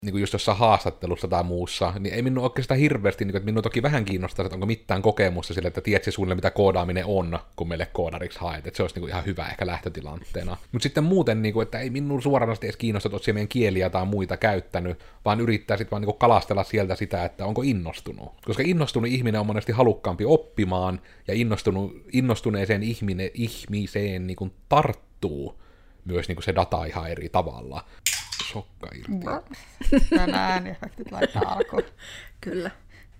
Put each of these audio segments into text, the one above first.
niin kuin just jossain haastattelussa tai muussa, niin ei minun oikeastaan hirveästi, niin kuin, että minun toki vähän kiinnostaa, että onko mitään kokemusta sille, että tiedätkö suunnilleen, mitä koodaaminen on, kun meille koodariksi haet, että se olisi niin kuin ihan hyvä ehkä lähtötilanteena. Mutta sitten muuten, niin kuin, että ei minun suoranaisesti edes kiinnosta, että olet meidän kieliä tai muita käyttänyt, vaan yrittää sitten vaan niin kuin kalastella sieltä sitä, että onko innostunut. Koska innostunut ihminen on monesti halukkaampi oppimaan, ja innostuneeseen ihmiseen niin kuin tarttuu myös niin kuin se data ihan eri tavalla. Sokka irti. Nämä ääniefektit laittaa alkuun. Kyllä.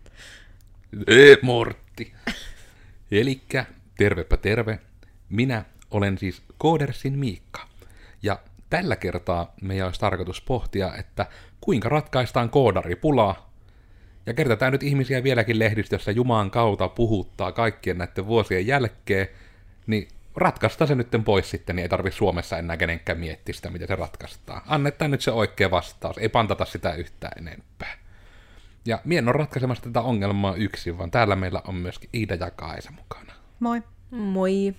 Mortti. Elikkä, tervepä terve. Minä olen siis Koodersin Miikka. Ja tällä kertaa meidän olisi tarkoitus pohtia, että kuinka ratkaistaan koodaripulaa. Ja kertataan nyt ihmisiä vieläkin lehdistössä Jumalan kautta puhuttaa kaikkien näiden vuosien jälkeen, niin ratkaista se nytten pois sitten, niin ei tarvitse Suomessa enää kenenkään miettiä sitä, miten se ratkaistaan. Annetaan nyt se oikea vastaus, ei pantata sitä yhtään enempää. Ja mie en ole ratkaisemassa tätä ongelmaa yksin, vaan täällä meillä on myöskin Iida ja Kaisa mukana. Moi. Moi.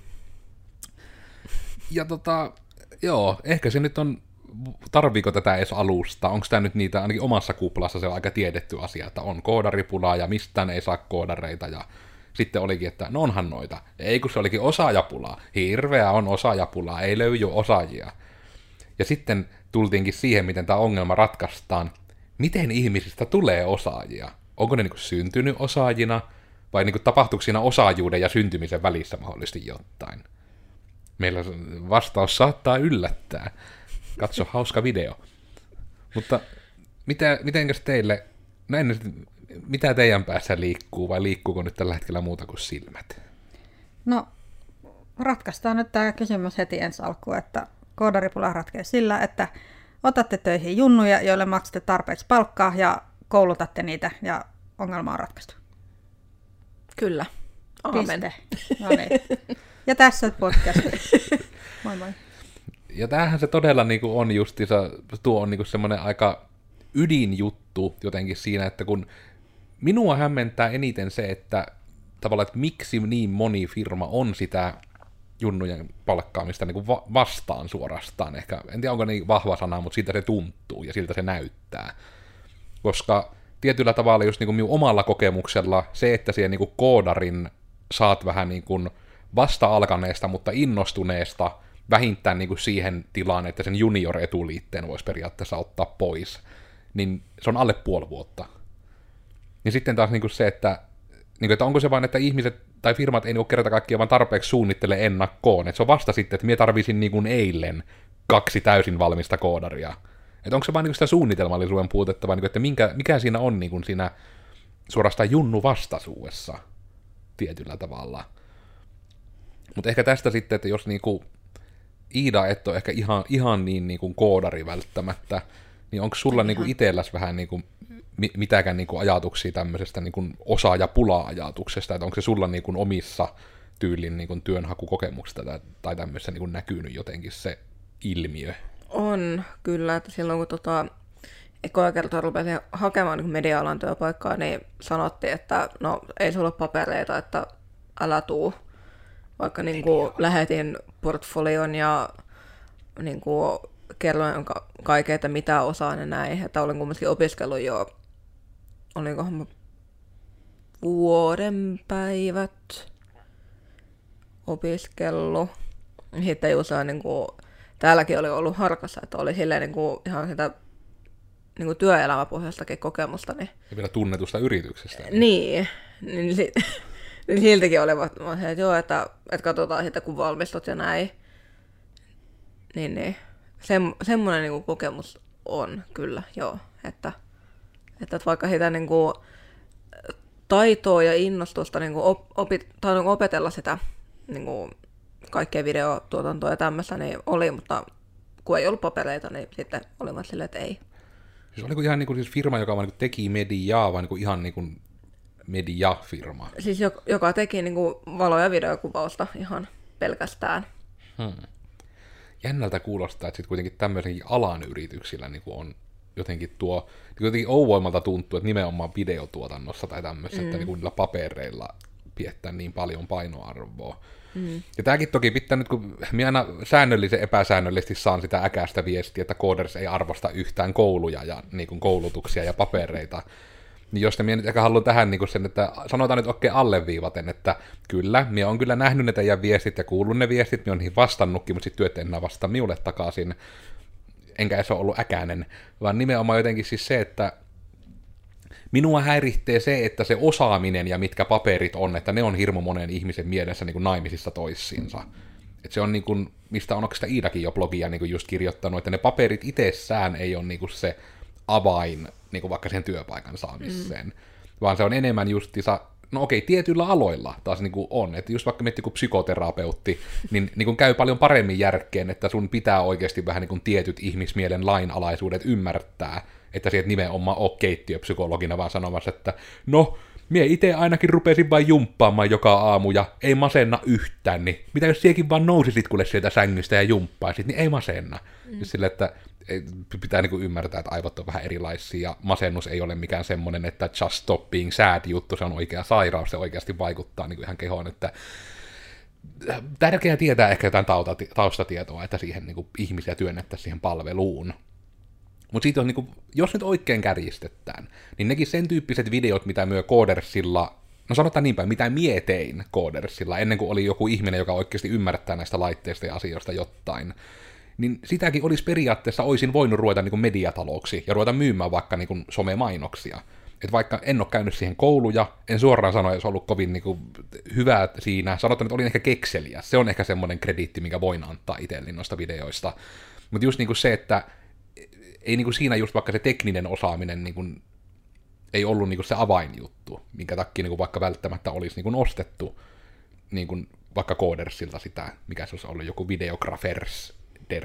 Ja joo, ehkä se nyt on, tarviiko tätä edes alusta? Onko tämä nyt niitä, ainakin omassa kuplassa se on aika tiedetty asia, että on koodaripulaa ja mistään ei saa koodareita ja sitten olikin, että no onhan noita. Ei kun se olikin osaajapulaa. Hirveä on osaajapulaa, ei löydy osaajia. Ja sitten tultiinkin siihen, miten tämä ongelma ratkaistaan. Miten ihmisistä tulee osaajia? Onko ne niin kuin syntynyt osaajina? Vai niin kuin tapahtuuko siinä osaajuuden ja syntymisen välissä mahdollisesti jotain? Meillä vastaus saattaa yllättää. Katso hauska video. Mutta mitenkäs teille, no mitä teidän päässä liikkuu, vai liikkuuko nyt tällä hetkellä muuta kuin silmät? No, ratkaistaan nyt tämä kysymys heti ensi alkuun, että koodaripula ratkeaa sillä, että otatte töihin junnuja, joille maksatte tarpeeksi palkkaa ja koulutatte niitä ja ongelma on ratkaistu. Kyllä. Aamen. Piste. No niin. Ja tässä podcast. Moi moi. Ja tämähän se todella niin kuin on justiinsa, tuo on niin kuin semmoinen aika ydinjuttu jotenkin siinä, että kun minua hämmentää eniten se, että tavallaan, että miksi niin moni firma on sitä junnujen palkkaamista niin kuin vastaan suorastaan. Ehkä, en tiedä onko niin vahva sana, mutta siltä se tuntuu ja siltä se näyttää. Koska tietyllä tavalla just niin kuin minun omalla kokemuksella se, että siellä niin kuin koodarin saat vähän niin kuin vasta-alkaneesta, mutta innostuneesta vähintään niin kuin siihen tilaan, että sen junior-etuliitteen voisi periaatteessa ottaa pois, niin se on alle puoli vuotta. Ja sitten taas niin kuin se, että onko se vain, että ihmiset tai firmat ei kerta kaikkiaan vaan tarpeeksi suunnittele ennakkoon, että se on vasta sitten, että minä tarvisin niin kuin eilen 2 täysin valmista koodaria. Että onko se vain niin kuin sitä suunnitelmallisuuden puutetta, vai niin kuin, että mikä siinä on niin kuin siinä suorastaan junnu-vastaisuudessa tietyllä tavalla. Mutta ehkä tästä sitten, että jos niinku Iida et ole ehkä ihan niin kuin koodari välttämättä, niin onko sulla niinku itselläs vähän niinku mitäkään niinku ajatuksia tämmöisestä niinku osaajapula-ajatuksesta, että onko se sulla niinku omissa tyylin niinku työnhakukokemuksista tai tämmöisessä niinku näkynyt jotenkin se ilmiö? On, kyllä, että silloin kun ekoja kertaa rupesin hakemaan niin media-alan työpaikkaa, niin sanottiin, että no ei sulla ole papereita, että älä tuu. Vaikka niin kuin lähetin portfolion ja niin kuin kerroin kaiken, että mitä osaan ja näin. Että olin kumminkin opiskellut jo, olinkohan vuoden päivät opiskellut. Sitten usein niin kuin, täälläkin oli ollut harkassa, että oli silleen niin kuin, ihan sitä niin kuin työelämäpohjaistakin kokemusta. Niin... Ja vielä tunnetusta yrityksestä. Niin niin siltäkin olivat, että joo, että katsotaan sitten, kun valmistut ja näin. Niin. Semmoinen niin kuin kokemus on kyllä, joo. Että vaikka sitä niin kuin taitoa ja innostusta niin kuin opetella sitä niin kuin kaikkea videotuotantoa ja tämmöistä, niin oli, mutta kun ei ollut papereita, niin sitten olivat silleen, että ei. Siis oliko ihan niin kuin, siis firma, joka vaan niin kuin teki mediaa, vai niin kuin ihan niin kuin mediafirma? Siis joka teki niin kuin valo- ja videokuvausta ihan pelkästään. Jännältä kuulostaa, että sitten kuitenkin tämmöisenkin alan yrityksillä niin kuin on jotenkin tuo, niin jotenkin ouvoimalta tuntuu, että nimenomaan videotuotannossa tai tämmöisessä, että niin kuin niillä papereilla piettää niin paljon painoarvoa. Ja tämäkin toki pitää nyt, kun minä aina säännöllisen epäsäännöllisesti saan sitä äkäistä viestiä, että Coders ei arvosta yhtään kouluja ja niin kuin koulutuksia ja papereita, niin jos minä nyt ehkä haluan tähän niin kuin sen, että sanotaan nyt oikein alleviivaten, että kyllä, minä olen kyllä nähnyt ne teidän viestit ja kuullut ne viestit, minä olen niihin vastannutkin, mutta sitten työt enää vastaa minulle takaisin, enkä edes ole ollut äkäinen, vaan nimenomaan jotenkin siis se, että minua häiritsee se, että se osaaminen ja mitkä paperit on, että ne on hirmu monen ihmisen mielessä niin kuin naimisissa toissiinsa. Että se on niin kuin, mistä on oikeastaan Iidakin jo blogia niin kuin just kirjoittanut, että ne paperit itsessään ei ole niin kuin se avain niin kuin vaikka sen työpaikan saamiseen, vaan se on enemmän justiinsa, no okei, tietyillä aloilla taas niin kuin on, että just vaikka miettii kuin psykoterapeutti, niin kuin käy paljon paremmin järkeen, että sun pitää oikeasti vähän niin kuin tietyt ihmismielen lainalaisuudet ymmärtää, että sieltä nimenomaan ole keittiöpsykologina vaan sanomassa, että no, mie itse ainakin rupesin vain jumppaamaan joka aamu ja ei masenna yhtään, niin mitä jos siekin vaan nousisit kuule sieltä sängystä ja jumppaisit, niin ei masenna. Sille, että pitää niinku ymmärtää, että aivot on vähän erilaisia ja masennus ei ole mikään semmoinen, että just stop being sad juttu, se on oikea sairaus, se oikeasti vaikuttaa niinku ihan kehoon, että tärkeää tietää ehkä jotain taustatietoa, että siihen niinku ihmisiä työnnettäisiin siihen palveluun. Mutta siitä on, niinku, jos nyt oikein kärjistetään, niin nekin sen tyyppiset videot, mitä myö Codersilla, no sanotaan niin päin, mitä mie tein Codersilla, ennen kuin oli joku ihminen, joka oikeasti ymmärtää näistä laitteista ja asioista jotain, niin sitäkin olisi periaatteessa, olisin voinut ruveta niinku mediatalouksi ja ruveta myymään vaikka niinku somemainoksia. Että vaikka en ole käynyt siihen kouluja, en suoraan sano, että se on ollut kovin niinku hyvä siinä, sanotaan, että olin ehkä kekseliä, se on ehkä semmoinen krediitti, minkä voin antaa itselleni noista videoista. Mutta just niinku se, että ei niinku siinä just vaikka se tekninen osaaminen niinku ei ollut niinku se avainjuttu, minkä takia niinku vaikka välttämättä olisi niinku ostettu niinku vaikka Codersilta sitä, mikä se olisi ollut, joku videografers,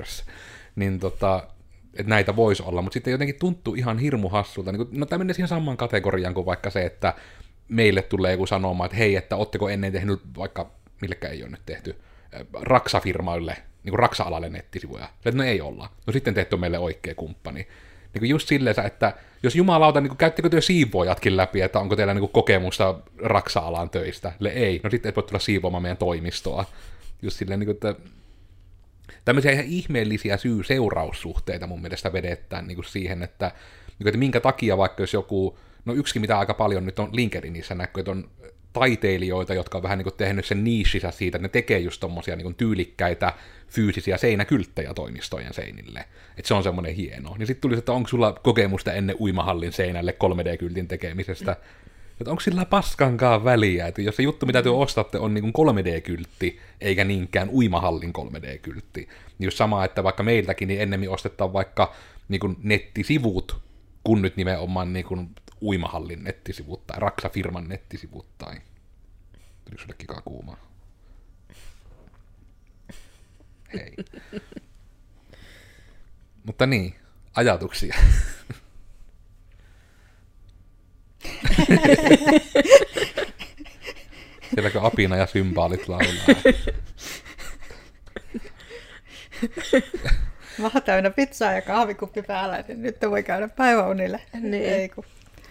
niin että näitä voisi olla, mutta sitten jotenkin tuntuu ihan hirmu hassulta. Niin no tämä menee siihen samaan kategoriaan kuin vaikka se, että meille tulee joku sanomaan, että hei, että ootteko ennen tehnyt vaikka, millekään ei ole nyt tehty, Raksa-firmaille, niin kuin Raksa-alalle nettisivuja. Että no ei olla. No sitten teette on meille oikea kumppani. Niin kuin just silleen, että jos jumalauta, niin käyttekö työ siivoojatkin läpi, että onko teillä niin kuin kokemusta Raksa-alan töistä? Ei. No sitten et voi tulla siivoamaan meidän toimistoa. Just silleen, niin kuin, että tämmöisiä ihan ihmeellisiä syy-seuraussuhteita mun mielestä vedetään niin kuin siihen, että minkä takia vaikka jos joku, no yksikin mitä aika paljon nyt on LinkedInissä näkyy, että on taiteilijoita, jotka on vähän niin kuin tehnyt sen niississä siitä, että ne tekee just tommosia niin kuin tyylikkäitä fyysisiä seinäkylttejä toimistojen seinille. Että se on semmoinen hieno. Niin sitten tulisi, että onko sulla kokemusta ennen uimahallin seinälle 3D-kyltin tekemisestä. Että onko sillä paskankaan väliä, että jos se juttu, mitä te ostatte, on niin kuin 3D-kyltti, eikä niinkään uimahallin 3D-kyltti. Niin jos sama, että vaikka meiltäkin, niin ennemmin ostetaan vaikka niin kuin nettisivut, kun nyt nimenomaan niin kuin uimahallin nettisivut tai Raksa-firman nettisivut tai... Tuliko sulle kikaa kuumaa? Hei. Mutta niin, ajatuksia. Sielläkö apina ja symbaalit laulaa? Maha täynnä pizzaa ja kahvikuppi päällä, niin nyt voi käydä päiväunille. Niin. Ei, kun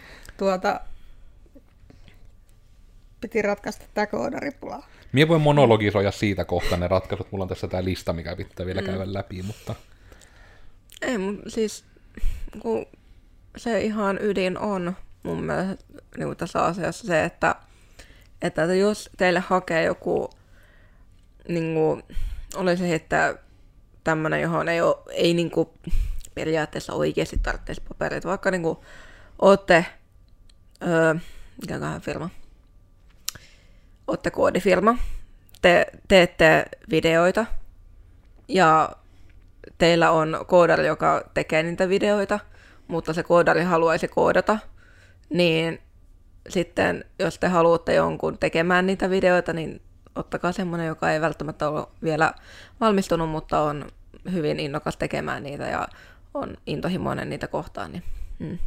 piti ratkaista tämä koodaripula. Mie voin monologisoida siitä kohta ne ratkaisut. Mulla on tässä tämä lista, mikä pitää vielä käydä läpi, mutta... Ei, siis kun se ihan ydin on mun mielestä niin tässä asiassa se, että jos teille hakee joku, niin kuin, olisi että tämmöinen, johon ei niin kuin, periaatteessa oikeasti tarvitsisi papereita, vaikka niin kuin, ootte, mikäköhän firma? Ootte koodifirma, te teette videoita ja teillä on koodari, joka tekee niitä videoita, mutta se koodari haluaisi koodata, niin sitten jos te haluatte jonkun tekemään niitä videoita, niin ottakaa semmoinen, joka ei välttämättä ole vielä valmistunut, mutta on hyvin innokas tekemään niitä ja on intohimoinen niitä kohtaan. Niin,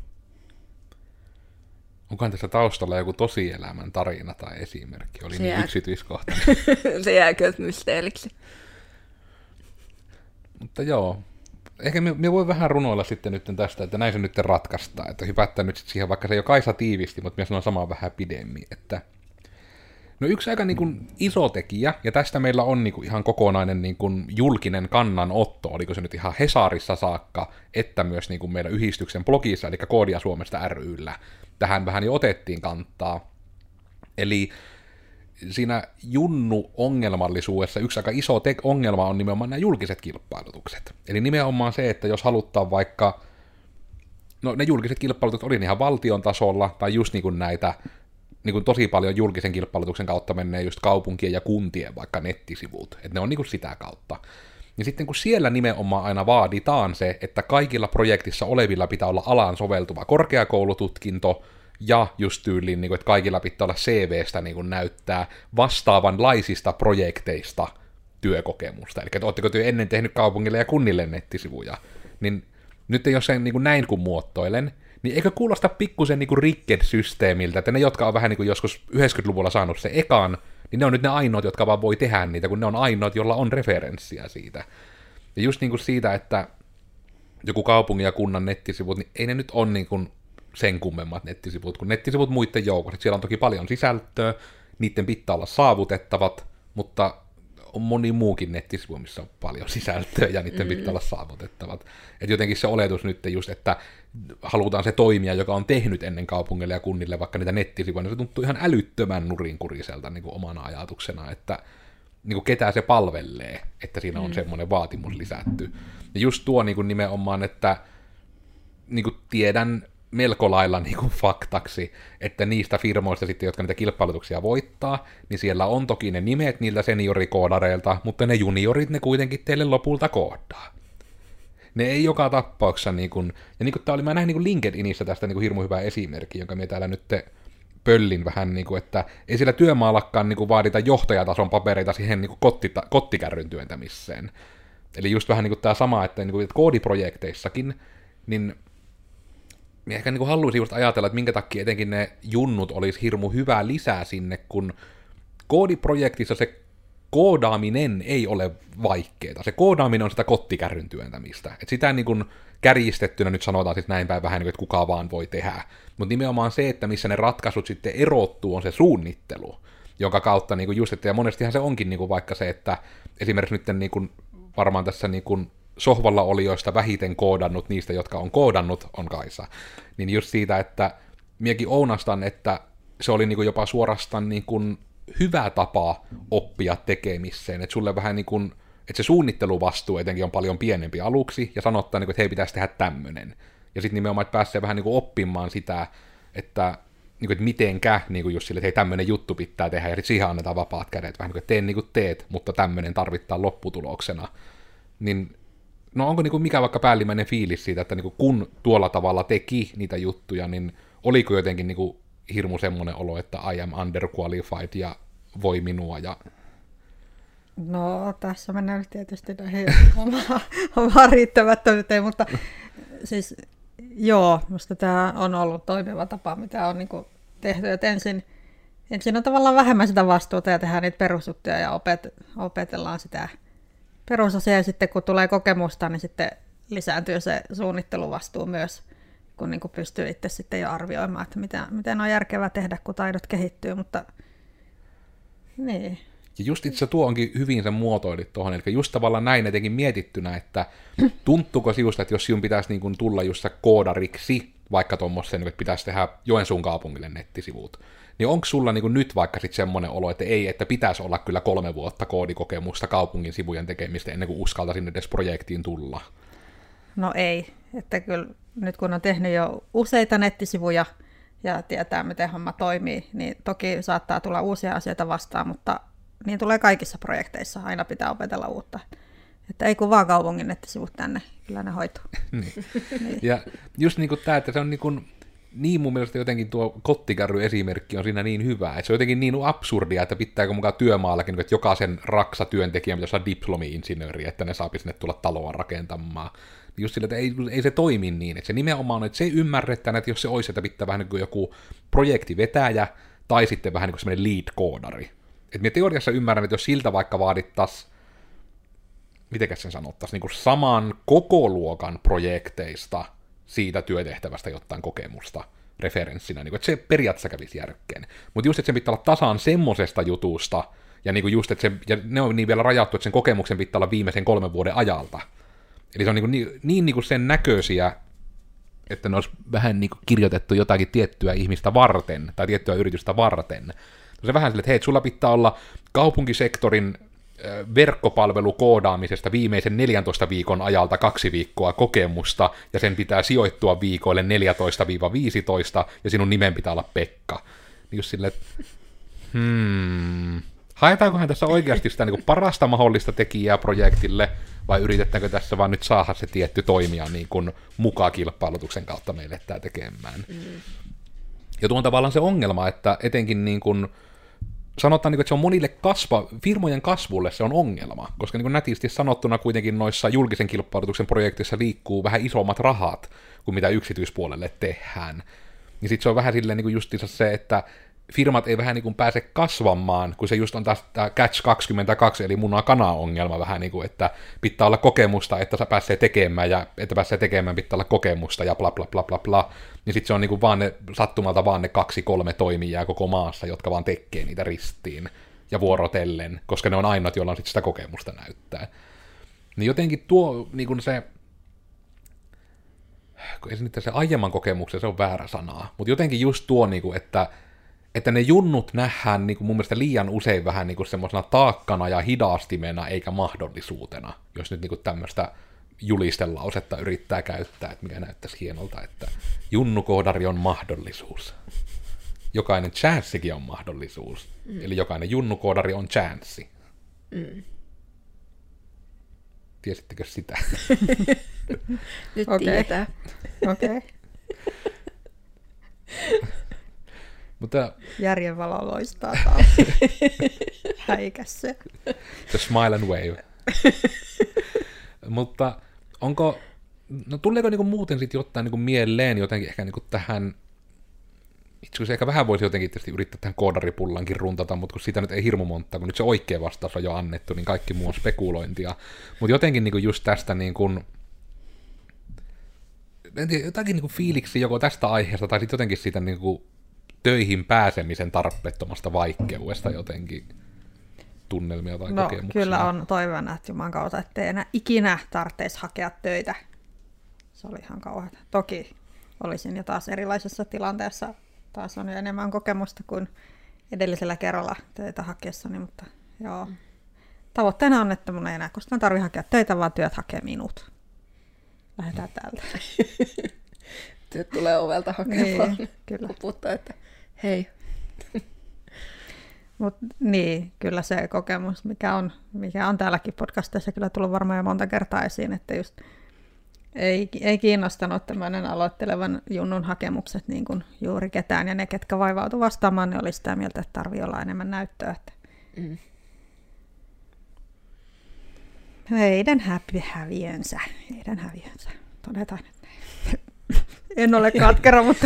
Onkohan tässä taustalla joku tosielämän tarina tai esimerkki? Oli niin yksityiskohtainen. Se jää kyllä mysteeriksi. Mutta joo, ehkä me voi vähän runoilla sitten nyt tästä, että näin se nyt ratkaistaan. Että hypättää nyt siihen, vaikka se jo Kaisa tiivisti, mutta minä sanon samaa vähän pidemmin, että No yksi aika niin kuin iso tekijä, ja tästä meillä on niin kuin ihan kokonainen niin kuin julkinen kannanotto, oliko se nyt ihan Hesarissa saakka, että myös niin kuin meidän yhdistyksen blogissa, eli Koodia Suomesta ry:llä, tähän vähän jo otettiin kantaa. Eli siinä junnu-ongelmallisuudessa yksi aika iso ongelma on nimenomaan nämä julkiset kilpailutukset. Eli nimenomaan se, että jos halutaan vaikka, no ne julkiset kilpailutukset oli ihan valtion tasolla, tai just niin kuin näitä, niin kuin tosi paljon julkisen kilpailutuksen kautta menee just kaupunkien ja kuntien vaikka nettisivut, että ne on niin kuin sitä kautta. Ja sitten kun siellä nimenomaan aina vaaditaan se, että kaikilla projektissa olevilla pitää olla alaan soveltuva korkeakoulututkinto, ja just tyyliin, että kaikilla pitää olla CVstä näyttää vastaavanlaisista projekteista työkokemusta. Eli että ootteko työ ennen tehnyt kaupungille ja kunnille nettisivuja, niin nyt jos sen näin kun muotoilen, niin eikö kuulosta pikkusen rikked-systeemiltä, että ne, jotka on vähän joskus 90-luvulla saanut se ekan, niin ne on nyt ne ainoat, jotka vaan voi tehdä niitä, kun ne on ainoat, jolla on referenssiä siitä. Ja just siitä, että joku kaupungin ja kunnan nettisivut, niin ei ne nyt ole sen kummemmat nettisivut kuin nettisivut muiden joukossa. Siellä on toki paljon sisältöä, niiden pitää olla saavutettavat, mutta on moni muukin nettisivu, missä on paljon sisältöä ja niiden pitää olla saavutettavat. Et jotenkin se oletus nyt just, että halutaan se toimija, joka on tehnyt ennen kaupungille ja kunnille vaikka niitä nettisivuja, niin se tuntuu ihan älyttömän nurinkuriselta omana ajatuksena, että ketä se palvelee, että siinä on semmoinen vaatimus lisätty. Ja just tuo nimenomaan, että tiedän melko lailla faktaksi, että niistä firmoista sitten, jotka niitä kilpailutuksia voittaa, niin siellä on toki ne nimet niiltä seniorikoodareilta, mutta ne juniorit ne kuitenkin teille lopulta koodaa. Ne ei joka tapauksessa, ja tämä oli, mä näin LinkedInissä tästä hirmu hyvä esimerkki, jonka minä täällä nyt pöllin vähän, että ei siellä työmaallakaan vaadita johtajatason papereita siihen kottikärryn työntämiseen. Eli just vähän tämä sama, että koodiprojekteissakin, niin minä ehkä haluaisin just ajatella, että minkä takia etenkin ne junnut olisi hirmu hyvää lisää sinne, kun koodiprojektissa se koodaaminen ei ole vaikeaa. Se koodaaminen on sitä kottikärryn työntämistä. Et sitä kärjistettynä nyt sanotaan siis näin päin vähän, että kuka vaan voi tehdä. Mutta nimenomaan se, että missä ne ratkaisut sitten erottuu, on se suunnittelu, jonka kautta just, että ja monestihan se onkin vaikka se, että esimerkiksi nyt varmaan tässä sohvalla olijoista vähiten koodannut niistä, jotka on koodannut, on Kaisa. Niin just siitä, että miekin ounastan, että se oli jopa suorastaan hyvä tapa oppia tekemiseen. Että sulle vähän että se suunnitteluvastuu etenkin on paljon pienempi aluksi, ja sanottaa, että hei, pitäisi tehdä tämmöinen. Ja sitten nimenomaan, että pääsee vähän oppimaan sitä, että mitenkä, just sille, että hei, tämmöinen juttu pitää tehdä, ja sitten siihen annetaan vapaat kädet, vähän että teet, mutta tämmöinen tarvittaa lopputuloksena. Niin no onko mikä vaikka päällimmäinen fiilis siitä, että kun tuolla tavalla teki niitä juttuja, niin oliko jotenkin hirmu semmoinen olo, että I am underqualified ja voi minua ja... No tässä mennään nyt tietysti näihin omaan riittämättömyyteen, mutta siis joo, musta tämä on ollut toimiva tapa, mitä on tehty, että ensin on tavallaan vähemmän sitä vastuuta ja tehdään niitä perusjuttuja ja opetellaan sitä perusasia, ja sitten kun tulee kokemusta, niin sitten lisääntyy se suunnitteluvastuu myös, kun pystyy itse sitten jo arvioimaan, että miten on järkevää tehdä, kun taidot kehittyy, mutta niin. Ja just itse tuo onkin hyvin sen muotoilit tuohon, eli just tavallaan näin etenkin mietittynä, että tuntuuko sinusta, että jos sinun pitäisi tulla just koodariksi, vaikka tuommoisen, että pitäisi tehdä Joensuun kaupungille nettisivut, niin onko sulla nyt vaikka sitten semmoinen olo, että ei, että pitäisi olla kyllä 3 vuotta koodikokemusta kaupungin sivujen tekemistä ennen kuin uskaltaisin edes projektiin tulla? No ei, että kyllä nyt kun on tehnyt jo useita nettisivuja ja tietää, miten homma toimii, niin toki saattaa tulla uusia asioita vastaan, mutta niin tulee kaikissa projekteissa, aina pitää opetella uutta. Että ei kun vaan kaupungin nettisivut tänne, kyllä ne hoituu. Niin. Ja just tämä, että se on niin mun mielestä jotenkin tuo kottikärry-esimerkki on siinä niin hyvä, että se on jotenkin niin absurdia, että pitääkö mukaan työmaallakin, että jokaisen raksatyöntekijän pitäisi olla diplomi-insinööri, että ne saapi sinne tulla taloa rakentamaan. Just sillä, että ei se toimi niin, että se nimenomaan on, että se ymmärretään, että jos se olisi, että pitää vähän niin kuin joku projektivetäjä, tai sitten vähän niin kuin semmoinen lead-koodari. Että minä teoriassa ymmärrän, että jos siltä vaikka vaadittaisiin, mitenkäs sen sanottaisiin, niin kuin saman kokoluokan projekteista siitä työtehtävästä jotain kokemusta, referenssinä, niin kuin, että se periaatteessa kävisi järkkeen. Mutta just, että sen pitää olla tasaan semmosesta jutusta, ja niin kuin just, että ja ne on niin vielä rajattu, että sen kokemuksen pitää olla viimeisen 3 vuoden ajalta. Eli se on niin kuin sen näköisiä, että ne olisi vähän niin kuin kirjoitettu jotakin tiettyä ihmistä varten, tai tiettyä yritystä varten. Se vähän silleen, että hei, sulla pitää olla kaupunkisektorin verkkopalvelukoodaamisesta viimeisen 14 viikon ajalta 2 viikkoa kokemusta, ja sen pitää sijoittua viikoille 14-15, ja sinun nimen pitää olla Pekka. Niin just silleen, että haetaankohan tässä oikeasti sitä niin kuin parasta mahdollista tekijää projektille, vai yritetäänkö tässä vaan nyt saada se tietty toimija niin kuin mukaan kilpailutuksen kautta meille tämä tekemään. Ja tuo on tavallaan se ongelma, että etenkin niin kuin, sanotaan, että se on monille firmojen kasvulle se on ongelma, koska niin kuin nätisti sanottuna kuitenkin noissa julkisen kilpailutuksen projekteissa liikkuu vähän isommat rahat kuin mitä yksityispuolelle tehdään. Niin sitten se on vähän silleen niin kuin justiinsa se, että firmat ei vähän niin kuin pääse kasvamaan, kun se just on taas tämä catch-22, eli muna-kana-ongelma vähän niin kuin, että pitää olla kokemusta, että pääsee tekemään, ja että pääsee tekemään, pitää olla kokemusta, ja bla bla bla bla bla. Niin sitten se on niin kuin vaan sattumalta vaan ne 2-3 toimijaa koko maassa, jotka vaan tekee niitä ristiin ja vuorotellen, koska ne on ainoat, joilla on sitten sitä kokemusta näyttää. Niin jotenkin tuo niin kuin se, ei se nyt se aiemman kokemuksen, se on väärä sanaa, mutta jotenkin just tuo, niin kuin, että ne junnut nähdään niin kuin mun mielestä liian usein vähän niin kuin semmoisena taakkana ja hidastimena eikä mahdollisuutena, jos nyt niin kuin tämmöistä julistelausetta yrittää käyttää, että mikä näyttäisi hienolta, että junnukoodari on mahdollisuus. Jokainen chanssikin on mahdollisuus. Eli jokainen junnukoodari on chanssi. Tiesittekö sitä? Nyt tietää. Okei. Mutta järjenvalo loistaa taas. Häikäs se. The smile and wave. Mutta tuleeko niinku muuten sitten jotain niinku mieleen jotenkin ehkä niinku tähän, itse asiassa ehkä vähän voisi jotenkin tietysti yrittää tähän koodaripullankin runtata, mutta kun siitä nyt ei hirmu monta, kun nyt se oikea vastaus on jo annettu, niin kaikki muu on spekulointia. Mutta jotenkin niinku just tästä niinku, en tiedä, jotakin niinku fiiliksi joko tästä aiheesta tai sitten jotenkin siitä niinku töihin pääsemisen tarpeettomasta vaikeudesta jotenkin tunnelmia tai kokemuksia. Kyllä on toivona, että Juman kautta, ettei enää ikinä tarvitsisi hakea töitä. Se oli ihan kauheata. Toki olisin jo taas erilaisessa tilanteessa. Taas on jo enemmän kokemusta kuin edellisellä kerralla töitä hakiessani, mutta joo. Tavoitteena on, että mun ei enää koskaan tarvitse hakea töitä, vaan työt hakee minut. Lähdetään täältä. Työt tulee ovelta hakemaan. Niin, kyllä. Kuputtaa, että hei. Niin, kyllä se kokemus, mikä on täälläkin podcastissa kyllä tullut varmaan jo monta kertaa esiin, että just ei kiinnostanut tämmöinen aloittelevan junnun hakemukset niin kuin juuri ketään, ja ne, ketkä vaivautu vastaamaan, ne oli sitä mieltä, että tarvii olla enemmän näyttöä. Että heidän häviönsä, todetaan, että en ole katkera, mutta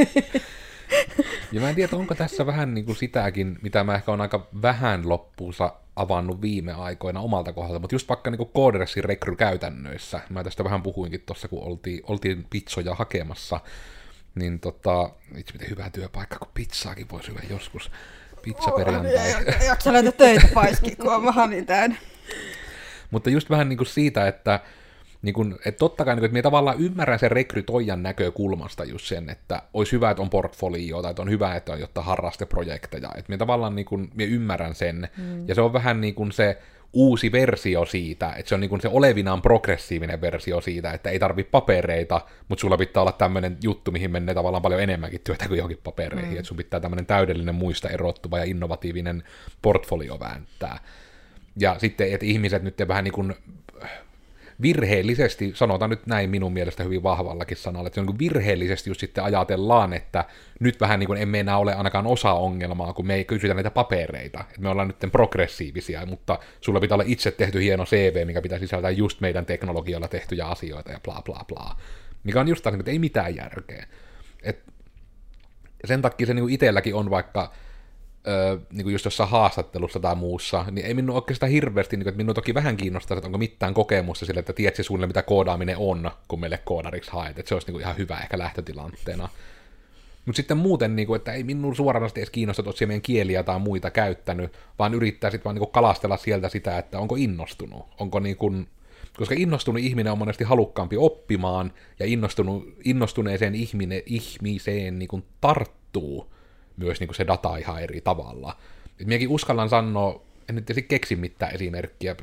ja mä en tiedä, onko tässä vähän niin kuin sitäkin, mitä mä ehkä on aika vähän loppuunsa avannut viime aikoina omalta kohdalta, mutta just vaikka niin Coderessin rekrykäytännöissä, mä tästä vähän puhuinkin tuossa, kun oltiin pizzoja hakemassa, niin itse miten hyvä työpaikka, kun pizzaakin voisi syödä joskus, pizzaperjantai. Jaksa löytä töitä paiskiin, kun on vähän mitään. Mutta just vähän niin kuin siitä, että totta kai, että minä tavallaan ymmärrän sen rekrytoijan näkökulmasta just sen, että olisi hyvä, että on portfolio, tai että on hyvä, että on jotain harrasteprojekteja. Että minä tavallaan minä ymmärrän sen, ja se on vähän niin kuin se uusi versio siitä, että se on niin kuin se olevinaan progressiivinen versio siitä, että ei tarvitse papereita, mutta sulla pitää olla tämmöinen juttu, mihin menee tavallaan paljon enemmänkin työtä kuin johonkin papereihin, että sun pitää tämmöinen täydellinen muista erottuva ja innovatiivinen portfolio vääntää. Ja sitten, että ihmiset nyt vähän niin kuin virheellisesti, sanotaan nyt näin minun mielestä hyvin vahvallakin sanalla, että se on niin virheellisesti just sitten ajatellaan, että nyt vähän niin kuin emme enää ole ainakaan osa ongelmaa, kun me ei kysytä näitä papereita, että me ollaan nyt progressiivisia, mutta sulla pitää olla itse tehty hieno CV, mikä pitää sisältää just meidän teknologialla tehtyjä asioita ja bla bla bla, mikä on just taas, että ei mitään järkeä. Et sen takia se niin kuin itselläkin on vaikka niin kuin just jossain haastattelussa tai muussa, niin ei minun oikeastaan hirveästi, niin kuin, että minun toki vähän kiinnostaa, että onko mitään kokemusta sille, että tiedätkö suunnilleen, mitä koodaaminen on, kun meille koodariksi haet, että se olisi niin kuin ihan hyvä ehkä lähtötilanteena. Mutta sitten muuten, niin kuin, että ei minun suoranaisesti edes kiinnosta tosiaan meidän kieliä tai muita käyttänyt, vaan yrittää sitten vaan niin kuin kalastella sieltä sitä, että onko innostunut. Onko niin kuin, koska innostunut ihminen on monesti halukkaampi oppimaan, ja innostuneeseen ihmiseen niin kuin tarttuu myös niin kuin se data ihan eri tavalla. Et minäkin uskallan sanoa, en nyt tietysti keksi mitään esimerkkiä,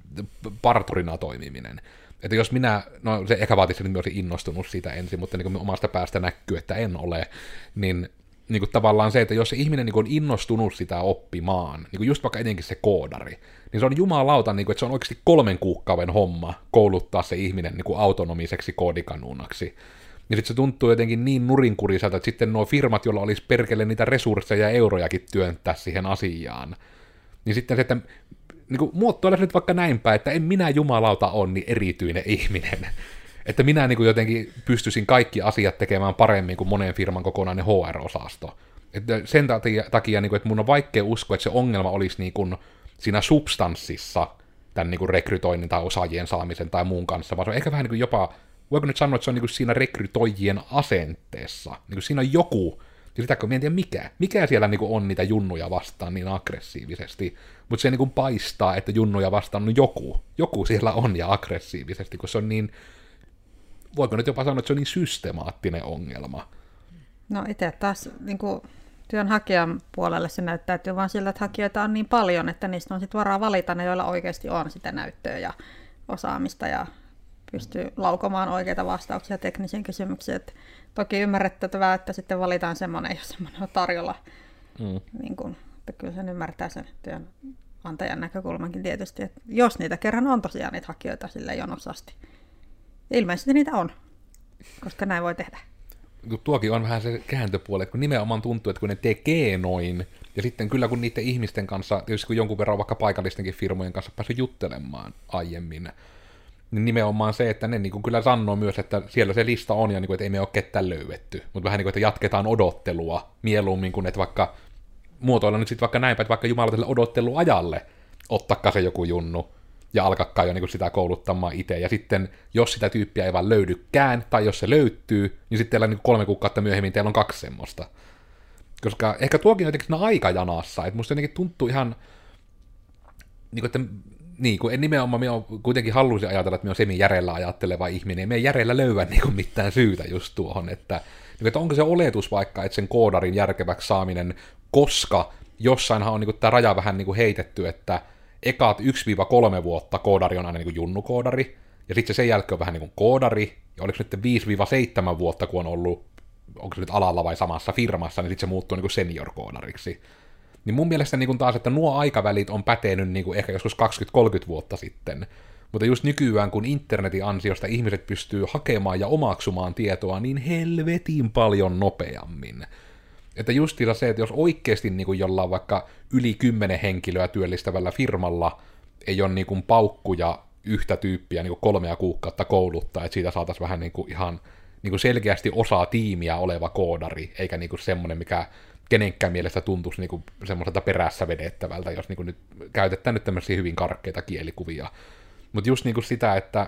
parturina toimiminen. Että jos minä, no se ehkä vaatisi, että minä olisin innostunut siitä ensin, mutta niin kuin omasta päästä näkyy, että en ole, niin kuin tavallaan se, että jos se ihminen niin kuin on innostunut sitä oppimaan, niin kuin just vaikka etenkin se koodari, niin se on jumalauta, niin kuin, että se on oikeasti 3 kuukauden homma kouluttaa se ihminen niin kuin autonomiseksi koodikanuunaksi. Niin sitten se tuntuu jotenkin niin nurinkuriselta, että sitten nuo firmat, joilla olisi perkele niitä resursseja ja eurojakin työntää siihen asiaan, niin sitten se, että niin muotoilla nyt vaikka näin päin, että en minä jumalauta ole niin erityinen ihminen. Että minä niin kuin jotenkin pystyisin kaikki asiat tekemään paremmin kuin monen firman kokonainen HR-osasto. Että sen takia, niin kuin, että mun on vaikea uskoa, että se ongelma olisi niin kuin siinä substanssissa tämän niin kuin rekrytoinnin tai osaajien saamisen tai muun kanssa, vaan se on ehkä vähän niin kuin jopa, voiko nyt sanoa, että se on niin kuin siinä rekrytoijien asenteessa. Niin kuin siinä on joku, ja sitä kun en tiedä mikä siellä niin kuin on niitä junnuja vastaan niin aggressiivisesti, mutta se niin kuin paistaa, että junnuja vastaan on joku siellä on ja aggressiivisesti, kun se on niin, voiko nyt jopa sanoa, että se on niin systemaattinen ongelma. No itse taas niin kuin työnhakijan puolelle se näyttäytyy vaan sillä, että hakijoita on niin paljon, että niistä on sitten varaa valita ne, joilla oikeasti on sitä näyttöä ja osaamista ja pystyy laukomaan oikeita vastauksia teknisiin kysymyksiin. Et toki ymmärrettävää, että sitten valitaan semmoinen, jos semmoinen on tarjolla. Niin kun, että kyllä sen ymmärtää sen työnantajan näkökulmankin tietysti, että jos niitä kerran on tosiaan niitä hakijoita sille jonosasti. Ilmeisesti niitä on, koska näin voi tehdä. Tuokin on vähän se kääntöpuoli, että kun nimenomaan tuntuu, että kun ne tekee noin, ja sitten kyllä kun niiden ihmisten kanssa, tietysti kun jonkun verran vaikka paikallistenkin firmojen kanssa päässyt juttelemaan aiemmin, niin nimenomaan se, että ne niin kuin kyllä sanoo myös, että siellä se lista on, ja niin kuin, että ei me ole ketään löydetty, mutta vähän niin kuin, että jatketaan odottelua mieluummin kuin, että vaikka muotoilla nyt sitten vaikka näinpä, että vaikka jumalaiselle odotteluajalle ottakaa se joku junnu, ja alkakaa jo niin kuin sitä kouluttamaan itse, ja sitten jos sitä tyyppiä ei vaan löydykään, tai jos se löytyy, niin sitten teillä niin 3 kuukautta myöhemmin teillä on 2 semmoista. Koska ehkä tuokin on jotenkin siinä aikajanassa, että musta jotenkin tuntuu ihan, niin kuin, että niin, kun en nimenomaan, minä kuitenkin haluaisin ajatella, että minä olen semi-järjellä ajatteleva ihminen, ja minä järjellä löydän niin mitään syytä just tuohon, että onko se oletus vaikka, että sen koodarin järkeväksi saaminen, koska jossainhan on niin kuin, tämä raja vähän niin kuin heitetty, että ekaat 1-3 vuotta koodari on aina niin kuin junnukoodari, ja sitten sen jälkeen on vähän niin kuin koodari, ja oliko nyt 5-7 vuotta, kun on ollut, onko se nyt alalla vai samassa firmassa, niin sitten se muuttuu niin kuin senior-koodariksi. Niin mun mielestä niin kuin taas, että nuo aikavälit on pätenyt niin kuin ehkä joskus 20-30 vuotta sitten, mutta just nykyään, kun internetin ansiosta ihmiset pystyy hakemaan ja omaksumaan tietoa niin helvetin paljon nopeammin. Että justiinsa se, että jos oikeasti niin kuin jollain vaikka yli 10 henkilöä työllistävällä firmalla ei ole niin kuin paukkuja yhtä tyyppiä niin kuin 3 kuukautta kouluttaa, että siitä saataisiin vähän niin kuin ihan niin kuin selkeästi osa tiimiä oleva koodari, eikä niin kuin semmoinen, mikä kenenkään mielestä tuntuisi niin kuin semmoiselta perässä vedettävältä, jos niin kuin nyt käytetään nyt tämmöisiä hyvin karkeita kielikuvia. Mutta just niin kuin sitä, että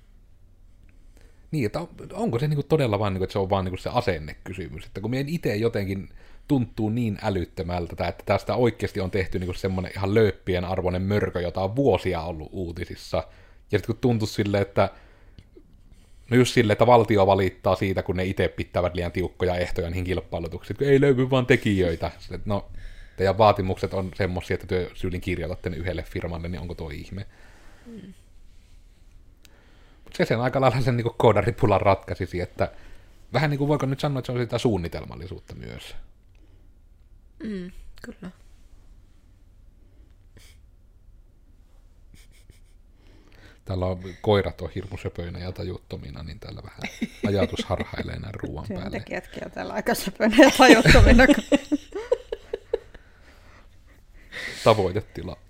niin, että onko se niinku todella vaan, niinku, että se on vaan niinku se asennekysymys, että kun meidän itse jotenkin tuntuu niin älyttömältä, että tästä oikeasti on tehty niinku semmoinen ihan lööppien arvoinen mörkö, jota on vuosia ollut uutisissa, ja sitten kun tuntuu silleen, että no just silleen, että valtio valittaa siitä, kun ne itse pitävät liian tiukkoja ehtoja niihin kilpailutuksiin, kun ei löydy vaan tekijöitä. Sitten, no, teidän vaatimukset on semmoisia, että te syylin kirjoitatte ne yhdelle firmalle, niin onko tuo ihme? Se sen aika lailla sen niin koodaripulan ratkaisisi, että vähän niin kuin voiko nyt sanoa, että se on sitä suunnitelmallisuutta myös. Kyllä. Täällä on koirat on hirmu söpöinä ja tajuttomina, niin täällä vähän ajatus harhailee näin ruuan päälle. Työntekijätkin on täällä aika söpöinä ja tajuttomina. Tavoitetila.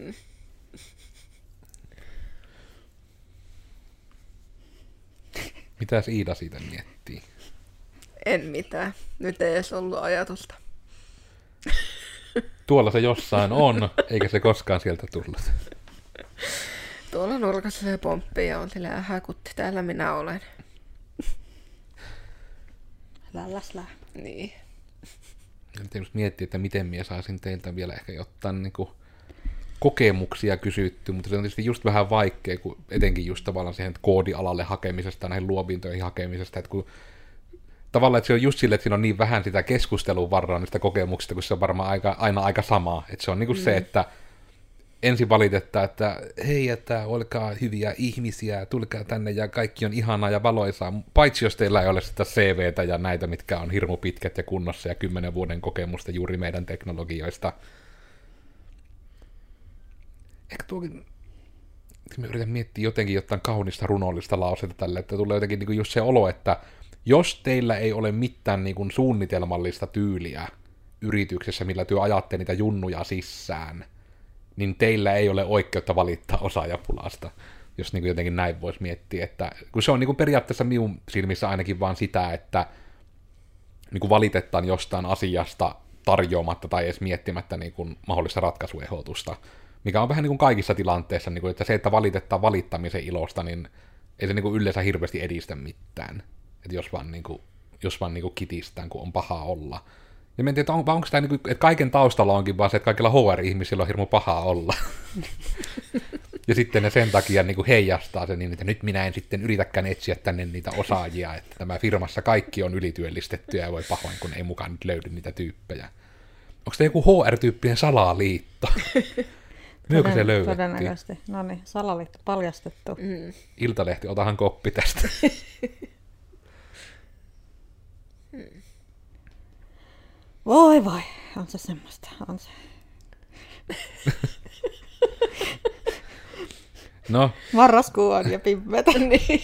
Mitäs Iida siitä miettii? En mitään. Nyt ei edes ollut ajatusta. Tuolla se jossain on, eikä se koskaan sieltä tullut. Tuolla nurkassa se pomppii ja on silleen häkutti. Täällä minä olen. Lälläslää. Niin. Jos miettii, että miten minä saisin teiltä vielä ehkä jotain niin kuin kokemuksia kysytty, mutta se on tietysti just vähän vaikea, kun etenkin just tavallaan siihen koodialalle hakemisesta, näihin luoviin töihin hakemisesta, että kun tavallaan, että se on just sille, että siinä on niin vähän sitä keskustelun varraa niistä kokemuksista, kun se on varmaan aina aika sama. Että se on niin kuin se, että ensin valitetaan, että hei, että olkaa hyviä ihmisiä, tulkaa tänne ja kaikki on ihanaa ja valoisaa, paitsi jos teillä ei ole sitä CVtä ja näitä, mitkä on hirmu pitkät ja kunnossa ja 10 vuoden kokemusta juuri meidän teknologioista. Ehkä tuokin, mä yritän miettiä jotenkin jotain kaunista runollista lausetta tälle, että tulee jotenkin niin kuin just se olo, että jos teillä ei ole mitään niin kuin suunnitelmallista tyyliä yrityksessä, millä työ ajatte niitä junnuja sisään, niin teillä ei ole oikeutta valittaa osaajapulasta, jos niin kuin jotenkin näin voisi miettiä. Että, kun se on niin kuin periaatteessa minun silmissä ainakin vaan sitä, että niin kuin valitetaan jostain asiasta tarjoamatta tai edes miettimättä niin kuin mahdollista ratkaisuehdotusta, mikä on vähän niin kuin kaikissa tilanteissa, niin kuin, että se, että valitetaan valittamisen ilosta, niin ei se niin kuin yleensä hirveästi edistä mitään. Että jos vaan niin kuin kitistään, kun on paha olla. Ja en tiedä, onko tämä, niin kuin, että kaiken taustalla onkin vaan se, että kaikilla HR-ihmisillä on hirmu pahaa olla. Ja sitten ne sen takia niin kuin heijastaa se niin, että nyt minä en sitten yritäkään etsiä tänne niitä osaajia, että tämä firmassa kaikki on ylityöllistettyä ja voi pahoin, kun ei mukaan nyt löydy niitä tyyppejä. Onko se joku HR-tyyppinen salaliitto? Myökö se löydettiin? Todennäköisesti. No niin, salaliitto paljastettu. Iltalehti, otahan koppi tästä. Voi, on se semmoista, on se. No. Marraskuu on ja pimmetä. Niin.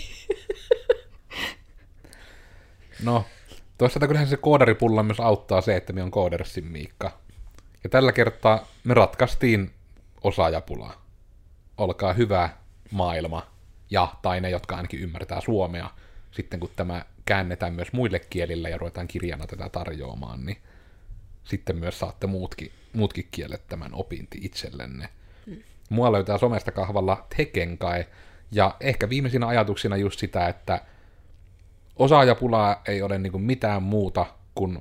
No, toisaalta kyllähän se koodaripulla myös auttaa se, että me on Koodersin Miikka. Ja tällä kertaa me ratkaistiin osaajapulaa. Olkaa hyvä maailma tai ne, jotka ainakin ymmärtää suomea. Sitten kun tämä käännetään myös muille kielille ja ruvetaan kirjana tätä tarjoamaan, niin sitten myös saatte muutkin kielet tämän opinti itsellenne. Mua löytää somesta kahvalla Tekenkai, ja ehkä viimeisinä ajatuksina just sitä, että osaajapulaa ei ole niin kuin mitään muuta kuin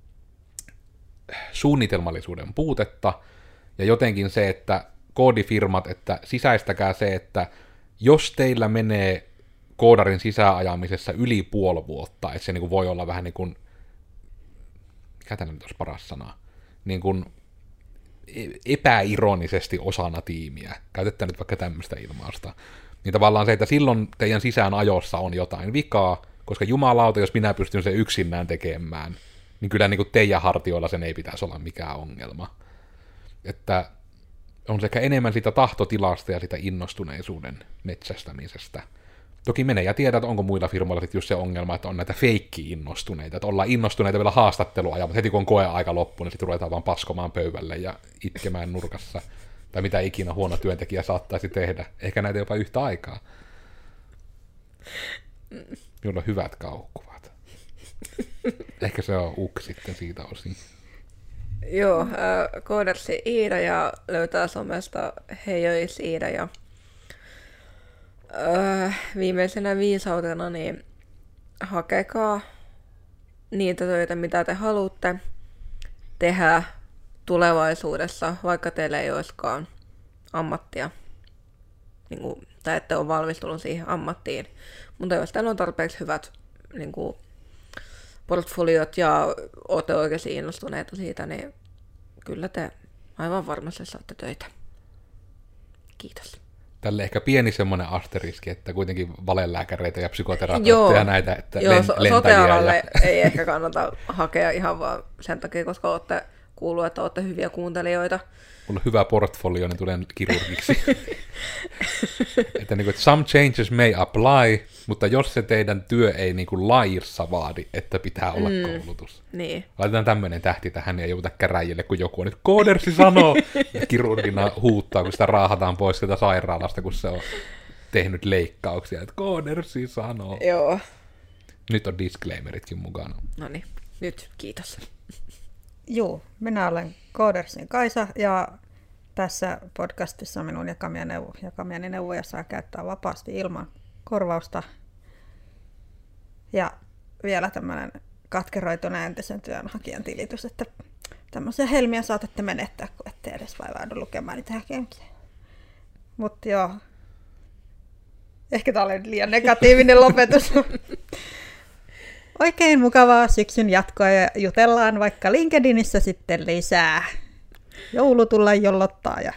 suunnitelmallisuuden puutetta, ja jotenkin se, että koodifirmat, että sisäistäkää se, että jos teillä menee koodarin sisäajamisessa yli puoli vuotta, että se niin kuin voi olla vähän niin kuin, mikä tänne nyt olisi paras sana, niin kuin epäironisesti osana tiimiä, käytetään nyt vaikka tämmöistä ilmausta, niin tavallaan se, että silloin teidän sisään ajossa on jotain vikaa, koska jumalauta, jos minä pystyn sen yksinään tekemään, niin kyllä niin kuin teidän hartioilla sen ei pitäisi olla mikään ongelma. Että on sekä enemmän sitä tahtotilasta ja sitä innostuneisuuden metsästämisestä. Toki menee ja tiedät, onko muilla firmoilla sitten just se ongelma, että on näitä feikki-innostuneita, että ollaan innostuneita vielä haastatteluajan, mutta heti kun on koeaika loppu, niin sitten ruvetaan vaan paskomaan pöydälle ja itkemään nurkassa. Tai mitä ikinä huono työntekijä saattaisi tehdä. Ehkä näitä jopa yhtä aikaa. Minulla on hyvät kauhukuvat. Ehkä se on sitten siitä osin. Joo, Koodersi Iida ja löytää somesta Heijois Iida ja viimeisenä viisautena niin hakekaa niitä töitä, mitä te haluatte tehdä tulevaisuudessa, vaikka teillä ei olisikaan ammattia, niin kuin, tai ette ole valmistunut siihen ammattiin. Mutta jos teillä on tarpeeksi hyvät niin kuin, portfoliot ja olette oikeasti innostuneita siitä, niin kyllä te aivan varmasti saatte töitä. Kiitos. Tälle ehkä pieni semmoinen asteriski, että kuitenkin valelääkäreitä ja psykoterapeutteja ja näitä, että sote-alalle ei ehkä kannata hakea ihan vaan sen takia, koska olette kuullut, että olette hyviä kuuntelijoita. Mulla on hyvä portfolio, niin tulen kirurgiksi. Että niin kuin, some changes may apply, mutta jos se teidän työ ei niin kuin laissa vaadi, että pitää olla koulutus. Niin. Laitetaan tämmöinen tähti tähän ja jouduta käräjille, kun joku on nyt Koodersi sanoo, ja kirurgina huuttaa, kun sitä raahataan pois sieltä sairaalasta, kun se on tehnyt leikkauksia, että Koodersi sanoo. Joo. Nyt on disclaimeritkin mukana. No niin, nyt kiitos. Joo, minä olen Koodersin Kaisa ja tässä podcastissa minun jakamieni neuvoja saa käyttää vapaasti ilman korvausta. Ja vielä tämmöinen katkeroituneen entisen työnhakijan tilitys, että tämmöisiä helmiä saatatte menettää, kun ette edes vaivaudu lukemaan niitä hakemuksia. Mutta joo, ehkä tämä oli liian negatiivinen lopetus. Oikein mukavaa syksyn jatkoa ja jutellaan vaikka LinkedInissä sitten lisää. Joulu tulla jollottaa ja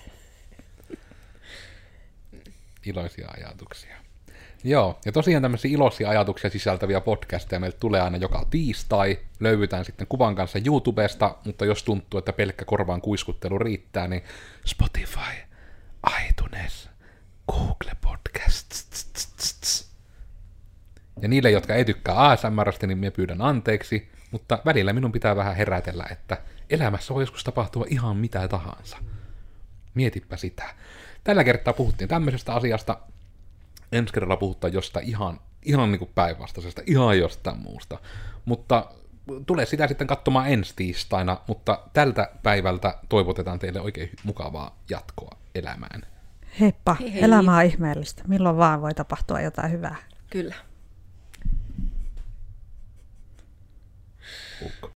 Iloisia ajatuksia. Joo, ja tosiaan tämmöisiä iloisia ajatuksia sisältäviä podcasteja meiltä tulee aina joka tiistai. Löydytään sitten kuvan kanssa YouTubesta, mutta jos tuntuu, että pelkkä korvaan kuiskuttelu riittää, niin Spotify, iTunes, Google Podcasts. Ja niille, jotka ei tykkää ASMR:stä, niin minä pyydän anteeksi, mutta välillä minun pitää vähän herätellä, että elämässä voi joskus tapahtua ihan mitä tahansa. Mietipä sitä. Tällä kertaa puhuttiin tämmöisestä asiasta. Ensi kerralla puhutaan jostain ihan niin kuin päinvastaisesta, ihan jostain muusta. Mutta tulee sitä sitten katsomaan ensi tiistaina, mutta tältä päivältä toivotetaan teille oikein mukavaa jatkoa elämään. heippa, Hei hei. elämä on ihmeellistä. Milloin vaan voi tapahtua jotain hyvää. Kyllä.